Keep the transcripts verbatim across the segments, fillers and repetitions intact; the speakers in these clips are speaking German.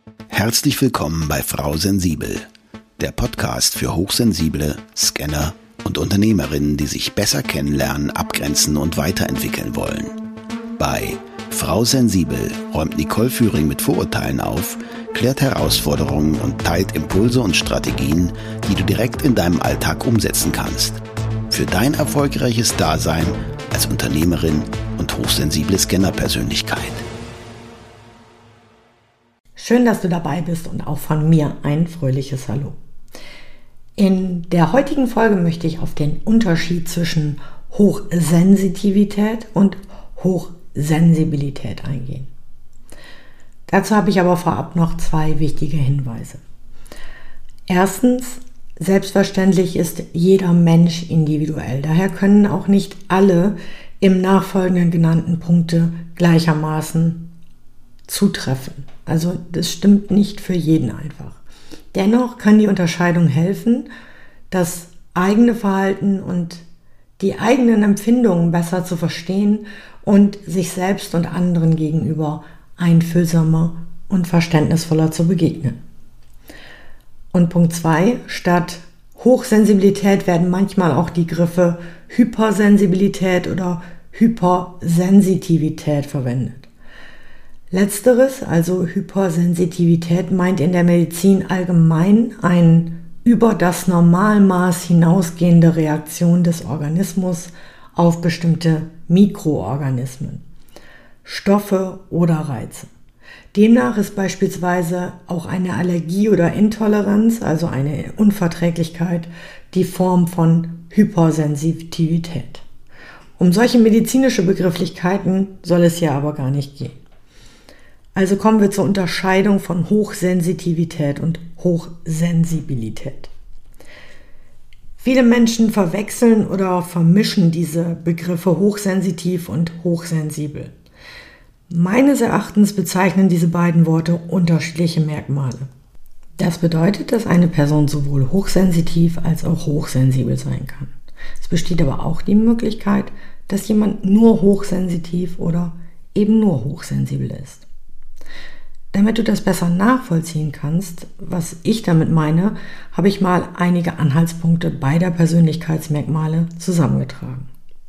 Herzlich willkommen bei Frau Sensibel, der Podcast für Hochsensible, Scanner und Unternehmerinnen, die sich besser kennenlernen, abgrenzen und weiterentwickeln wollen. Bei Frau Sensibel räumt Nicole Führing mit Vorurteilen auf, klärt Herausforderungen und teilt Impulse und Strategien, die du direkt in deinem Alltag umsetzen kannst. Für dein erfolgreiches Dasein als Unternehmerin und hochsensible Scanner-Persönlichkeit. Schön, dass du dabei bist und auch von mir ein fröhliches Hallo. In der heutigen Folge möchte ich auf den Unterschied zwischen Hochsensitivität und Hochsensibilität eingehen. Dazu habe ich aber vorab noch zwei wichtige Hinweise. Erstens, selbstverständlich ist jeder Mensch individuell. Daher können auch nicht alle im nachfolgenden genannten Punkte gleichermaßen zutreffen. Also das stimmt nicht für jeden einfach. Dennoch kann die Unterscheidung helfen, das eigene Verhalten und die eigenen Empfindungen besser zu verstehen und sich selbst und anderen gegenüber einfühlsamer und verständnisvoller zu begegnen. Und Punkt zwei, statt Hochsensibilität werden manchmal auch die Griffe Hypersensibilität oder Hypersensitivität verwendet. Letzteres, also Hypersensitivität, meint in der Medizin allgemein eine über das Normalmaß hinausgehende Reaktion des Organismus auf bestimmte Mikroorganismen, Stoffe oder Reize. Demnach ist beispielsweise auch eine Allergie oder Intoleranz, also eine Unverträglichkeit, die Form von Hypersensitivität. Um solche medizinische Begrifflichkeiten soll es hier aber gar nicht gehen. Also kommen wir zur Unterscheidung von Hochsensitivität und Hochsensibilität. Viele Menschen verwechseln oder vermischen diese Begriffe hochsensitiv und hochsensibel. Meines Erachtens bezeichnen diese beiden Worte unterschiedliche Merkmale. Das bedeutet, dass eine Person sowohl hochsensitiv als auch hochsensibel sein kann. Es besteht aber auch die Möglichkeit, dass jemand nur hochsensitiv oder eben nur hochsensibel ist. Damit du das besser nachvollziehen kannst, was ich damit meine, habe ich mal einige Anhaltspunkte beider Persönlichkeitsmerkmale zusammengetragen.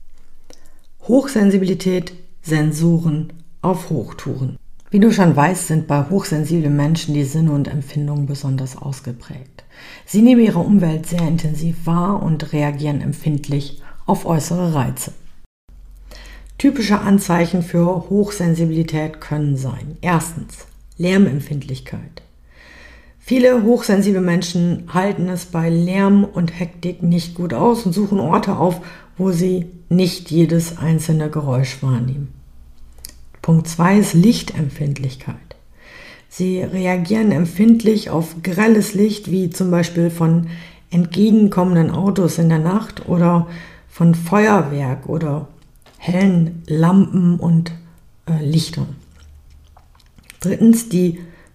Hochsensibilität, Sensoren auf Hochtouren. Wie du schon weißt, sind bei hochsensiblen Menschen die Sinne und Empfindungen besonders ausgeprägt. Sie nehmen ihre Umwelt sehr intensiv wahr und reagieren empfindlich auf äußere Reize. Typische Anzeichen für Hochsensibilität können sein: Erstens, Lärmempfindlichkeit. Viele hochsensible Menschen halten es bei Lärm und Hektik nicht gut aus und suchen Orte auf, wo sie nicht jedes einzelne Geräusch wahrnehmen. Punkt zwei ist Lichtempfindlichkeit. Sie reagieren empfindlich auf grelles Licht, wie zum Beispiel von entgegenkommenden Autos in der Nacht oder von Feuerwerk oder hellen Lampen und äh, Lichtern. Drittens die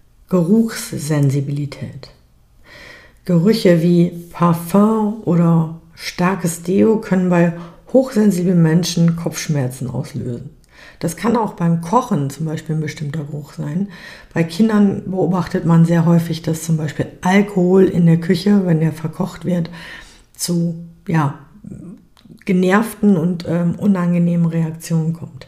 Geruchssensibilität. Gerüche wie Parfum oder starkes Deo können bei hochsensiblen Menschen Kopfschmerzen auslösen. Das kann auch beim Kochen zum Beispiel ein bestimmter Geruch sein. Bei Kindern beobachtet man sehr häufig, dass zum Beispiel Alkohol in der Küche, wenn der verkocht wird, zu ja, genervten und ähm, unangenehmen Reaktionen kommt.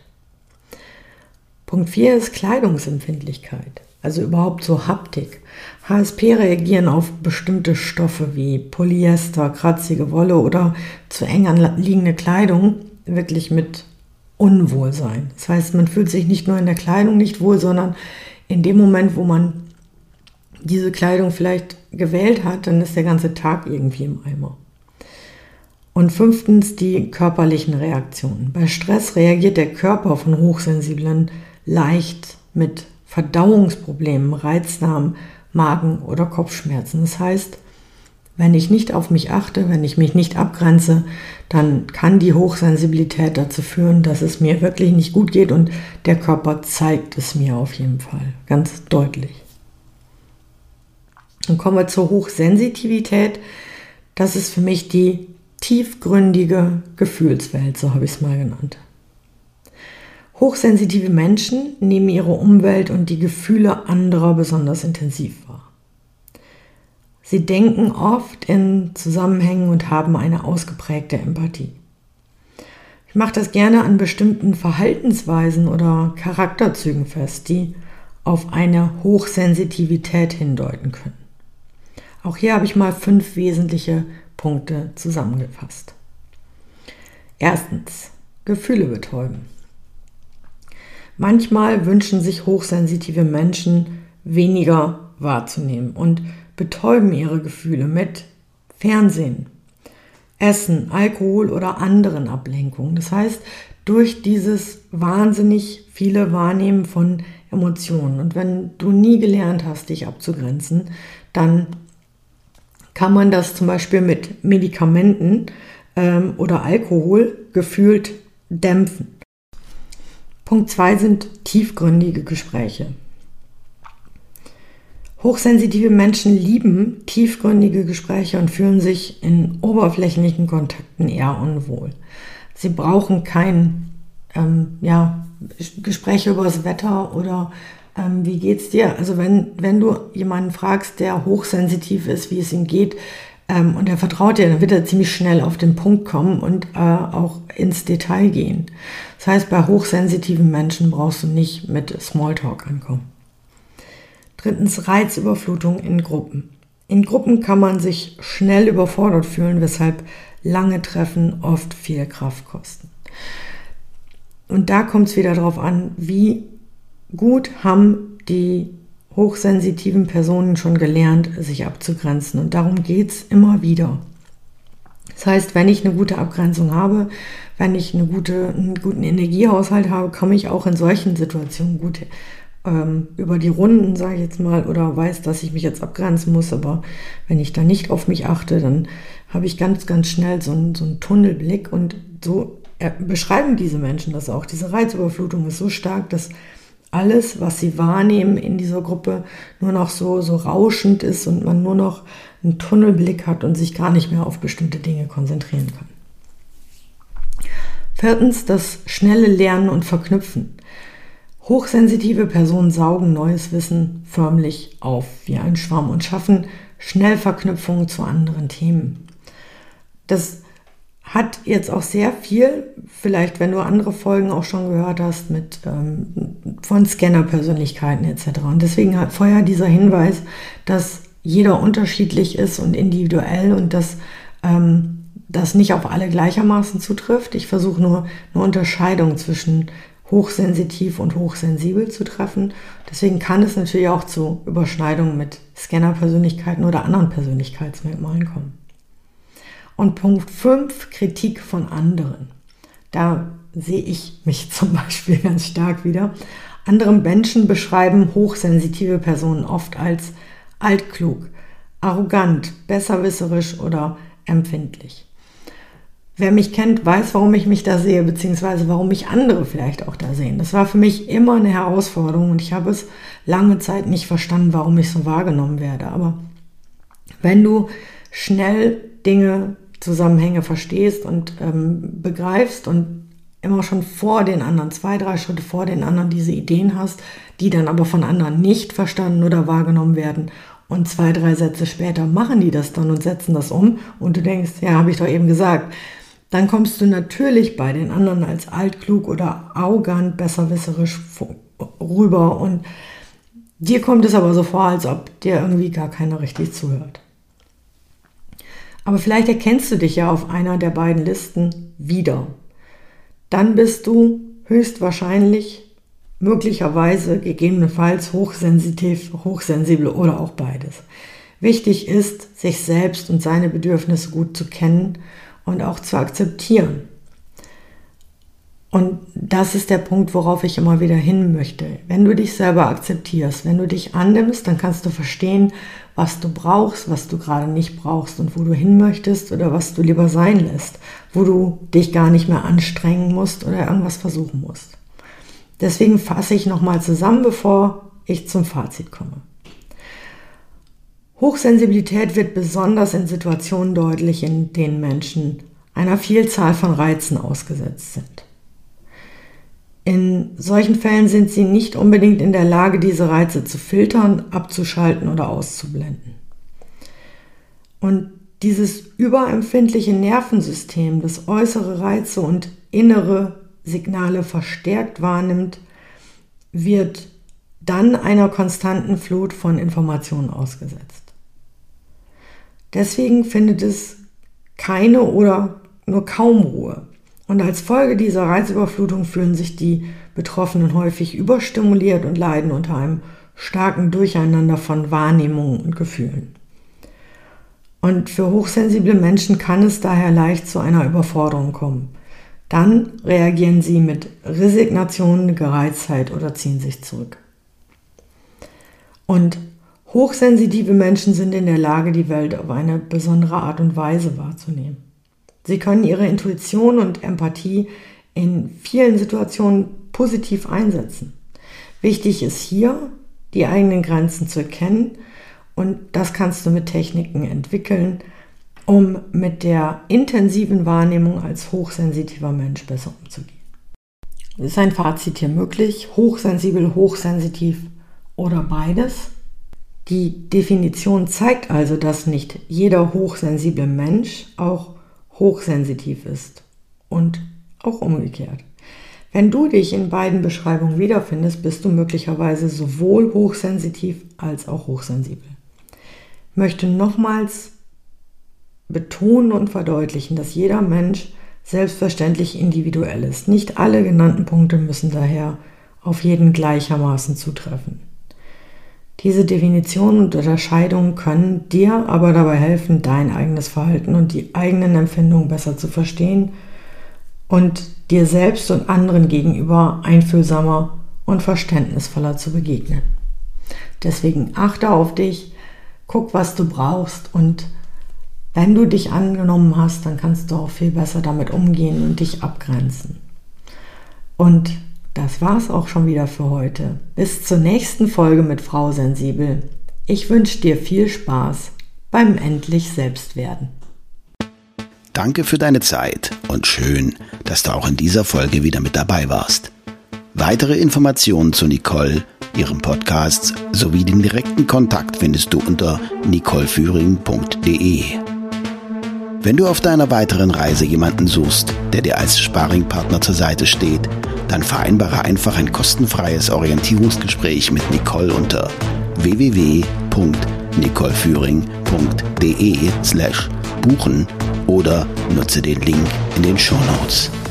Punkt vier ist Kleidungsempfindlichkeit, also überhaupt so Haptik. H S P reagieren auf bestimmte Stoffe wie Polyester, kratzige Wolle oder zu eng anliegende Kleidung wirklich mit Unwohlsein. Das heißt, man fühlt sich nicht nur in der Kleidung nicht wohl, sondern in dem Moment, wo man diese Kleidung vielleicht gewählt hat, dann ist der ganze Tag irgendwie im Eimer. Und fünftens die körperlichen Reaktionen. Bei Stress reagiert der Körper von Hochsensiblen leicht mit Verdauungsproblemen, Reizdarm, Magen- oder Kopfschmerzen. Das heißt, wenn ich nicht auf mich achte, wenn ich mich nicht abgrenze, dann kann die Hochsensibilität dazu führen, dass es mir wirklich nicht gut geht und der Körper zeigt es mir auf jeden Fall ganz deutlich. Dann kommen wir zur Hochsensitivität. Das ist für mich die tiefgründige Gefühlswelt, so habe ich es mal genannt. Hochsensitive Menschen nehmen ihre Umwelt und die Gefühle anderer besonders intensiv wahr. Sie denken oft in Zusammenhängen und haben eine ausgeprägte Empathie. Ich mache das gerne an bestimmten Verhaltensweisen oder Charakterzügen fest, die auf eine Hochsensitivität hindeuten können. Auch hier habe ich mal fünf wesentliche Punkte zusammengefasst. Erstens, Gefühle betäuben. Manchmal wünschen sich hochsensitive Menschen, weniger wahrzunehmen und betäuben ihre Gefühle mit Fernsehen, Essen, Alkohol oder anderen Ablenkungen. Das heißt, durch dieses wahnsinnig viele Wahrnehmen von Emotionen. Und wenn du nie gelernt hast, dich abzugrenzen, dann kann man das zum Beispiel mit Medikamenten ähm, oder Alkohol gefühlt dämpfen. Punkt zwei sind tiefgründige Gespräche. Hochsensitive Menschen lieben tiefgründige Gespräche und fühlen sich in oberflächlichen Kontakten eher unwohl. Sie brauchen kein ähm, ja, Gespräche über das Wetter oder ähm, wie geht's dir? Also wenn, wenn du jemanden fragst, der hochsensitiv ist, wie es ihm geht, ähm, und er vertraut dir, dann wird er ziemlich schnell auf den Punkt kommen und äh, auch ins Detail gehen. Das heißt, bei hochsensitiven Menschen brauchst du nicht mit Smalltalk ankommen. Drittens, Reizüberflutung in Gruppen. In Gruppen kann man sich schnell überfordert fühlen, weshalb lange Treffen oft viel Kraft kosten. Und da kommt es wieder darauf an, wie gut haben die hochsensitiven Personen schon gelernt, sich abzugrenzen. Und darum geht es immer wieder. Das heißt, wenn ich eine gute Abgrenzung habe, wenn ich eine gute, einen guten Energiehaushalt habe, komme ich auch in solchen Situationen gut ähm, über die Runden, sage ich jetzt mal, oder weiß, dass ich mich jetzt abgrenzen muss. Aber wenn ich da nicht auf mich achte, dann habe ich ganz, ganz schnell so einen, so einen Tunnelblick. Und so äh, beschreiben diese Menschen das auch. Diese Reizüberflutung ist so stark, dass alles, was sie wahrnehmen in dieser Gruppe, nur noch so, so rauschend ist und man nur noch einen Tunnelblick hat und sich gar nicht mehr auf bestimmte Dinge konzentrieren kann. Viertens, das schnelle Lernen und Verknüpfen. Hochsensitive Personen saugen neues Wissen förmlich auf wie ein Schwamm und schaffen schnell Verknüpfungen zu anderen Themen. Das hat jetzt auch sehr viel, vielleicht wenn du andere Folgen auch schon gehört hast, mit ähm, von Scanner-Persönlichkeiten et cetera. Und deswegen hat vorher dieser Hinweis, dass jeder unterschiedlich ist und individuell und dass ähm, das nicht auf alle gleichermaßen zutrifft. Ich versuche nur eine Unterscheidung zwischen hochsensitiv und hochsensibel zu treffen. Deswegen kann es natürlich auch zu Überschneidungen mit Scanner-Persönlichkeiten oder anderen Persönlichkeitsmerkmalen kommen. Und Punkt fünf, Kritik von anderen. Da sehe ich mich zum Beispiel ganz stark wieder. Andere Menschen beschreiben hochsensitive Personen oft als altklug, arrogant, besserwisserisch oder empfindlich. Wer mich kennt, weiß, warum ich mich da sehe, beziehungsweise warum mich andere vielleicht auch da sehen. Das war für mich immer eine Herausforderung und ich habe es lange Zeit nicht verstanden, warum ich so wahrgenommen werde. Aber wenn du schnell Dinge, Zusammenhänge verstehst und ähm, begreifst und immer schon vor den anderen, zwei, drei Schritte vor den anderen diese Ideen hast, die dann aber von anderen nicht verstanden oder wahrgenommen werden und zwei, drei Sätze später machen die das dann und setzen das um und du denkst, ja, habe ich doch eben gesagt, dann kommst du natürlich bei den anderen als altklug oder arrogant, besserwisserisch rüber und dir kommt es aber so vor, als ob dir irgendwie gar keiner richtig zuhört. Aber vielleicht erkennst du dich ja auf einer der beiden Listen wieder. Dann bist du höchstwahrscheinlich, möglicherweise, gegebenenfalls hochsensitiv, hochsensibel oder auch beides. Wichtig ist, sich selbst und seine Bedürfnisse gut zu kennen und auch zu akzeptieren. Und das ist der Punkt, worauf ich immer wieder hin möchte. Wenn du dich selber akzeptierst, wenn du dich annimmst, dann kannst du verstehen, was du brauchst, was du gerade nicht brauchst und wo du hin möchtest oder was du lieber sein lässt, wo du dich gar nicht mehr anstrengen musst oder irgendwas versuchen musst. Deswegen fasse ich nochmal zusammen, bevor ich zum Fazit komme. Hochsensibilität wird besonders in Situationen deutlich, in denen Menschen einer Vielzahl von Reizen ausgesetzt sind. In solchen Fällen sind sie nicht unbedingt in der Lage, diese Reize zu filtern, abzuschalten oder auszublenden. Und dieses überempfindliche Nervensystem, das äußere Reize und innere Signale verstärkt wahrnimmt, wird dann einer konstanten Flut von Informationen ausgesetzt. Deswegen findet es keine oder nur kaum Ruhe. Und als Folge dieser Reizüberflutung fühlen sich die Betroffenen häufig überstimuliert und leiden unter einem starken Durcheinander von Wahrnehmungen und Gefühlen. Und für hochsensible Menschen kann es daher leicht zu einer Überforderung kommen. Dann reagieren sie mit Resignation, Gereiztheit oder ziehen sich zurück. Und hochsensitive Menschen sind in der Lage, die Welt auf eine besondere Art und Weise wahrzunehmen. Sie können ihre Intuition und Empathie in vielen Situationen positiv einsetzen. Wichtig ist hier, die eigenen Grenzen zu erkennen, und das kannst du mit Techniken entwickeln, um mit der intensiven Wahrnehmung als hochsensitiver Mensch besser umzugehen. Ist ein Fazit hier möglich? Hochsensibel, hochsensitiv oder beides? Die Definition zeigt also, dass nicht jeder hochsensible Mensch auch hochsensitiv ist und auch umgekehrt. Wenn du dich in beiden Beschreibungen wiederfindest, bist du möglicherweise sowohl hochsensitiv als auch hochsensibel. Ich möchte nochmals betonen und verdeutlichen, dass jeder Mensch selbstverständlich individuell ist. Nicht alle genannten Punkte müssen daher auf jeden gleichermaßen zutreffen. Diese Definitionen und Unterscheidungen können dir aber dabei helfen, dein eigenes Verhalten und die eigenen Empfindungen besser zu verstehen und dir selbst und anderen gegenüber einfühlsamer und verständnisvoller zu begegnen. Deswegen achte auf dich, guck, was du brauchst, und wenn du dich angenommen hast, dann kannst du auch viel besser damit umgehen und dich abgrenzen. Und das war's auch schon wieder für heute. Bis zur nächsten Folge mit Frau Sensibel. Ich wünsche dir viel Spaß beim endlich Selbstwerden. Danke für deine Zeit und schön, dass du auch in dieser Folge wieder mit dabei warst. Weitere Informationen zu Nicole, ihrem Podcast sowie den direkten Kontakt findest du unter nicole führing punkt de. Wenn du auf deiner weiteren Reise jemanden suchst, der dir als Sparringpartner zur Seite steht, dann vereinbare einfach ein kostenfreies Orientierungsgespräch mit Nicole unter w w w punkt nicole führing punkt de slash buchen oder nutze den Link in den Shownotes.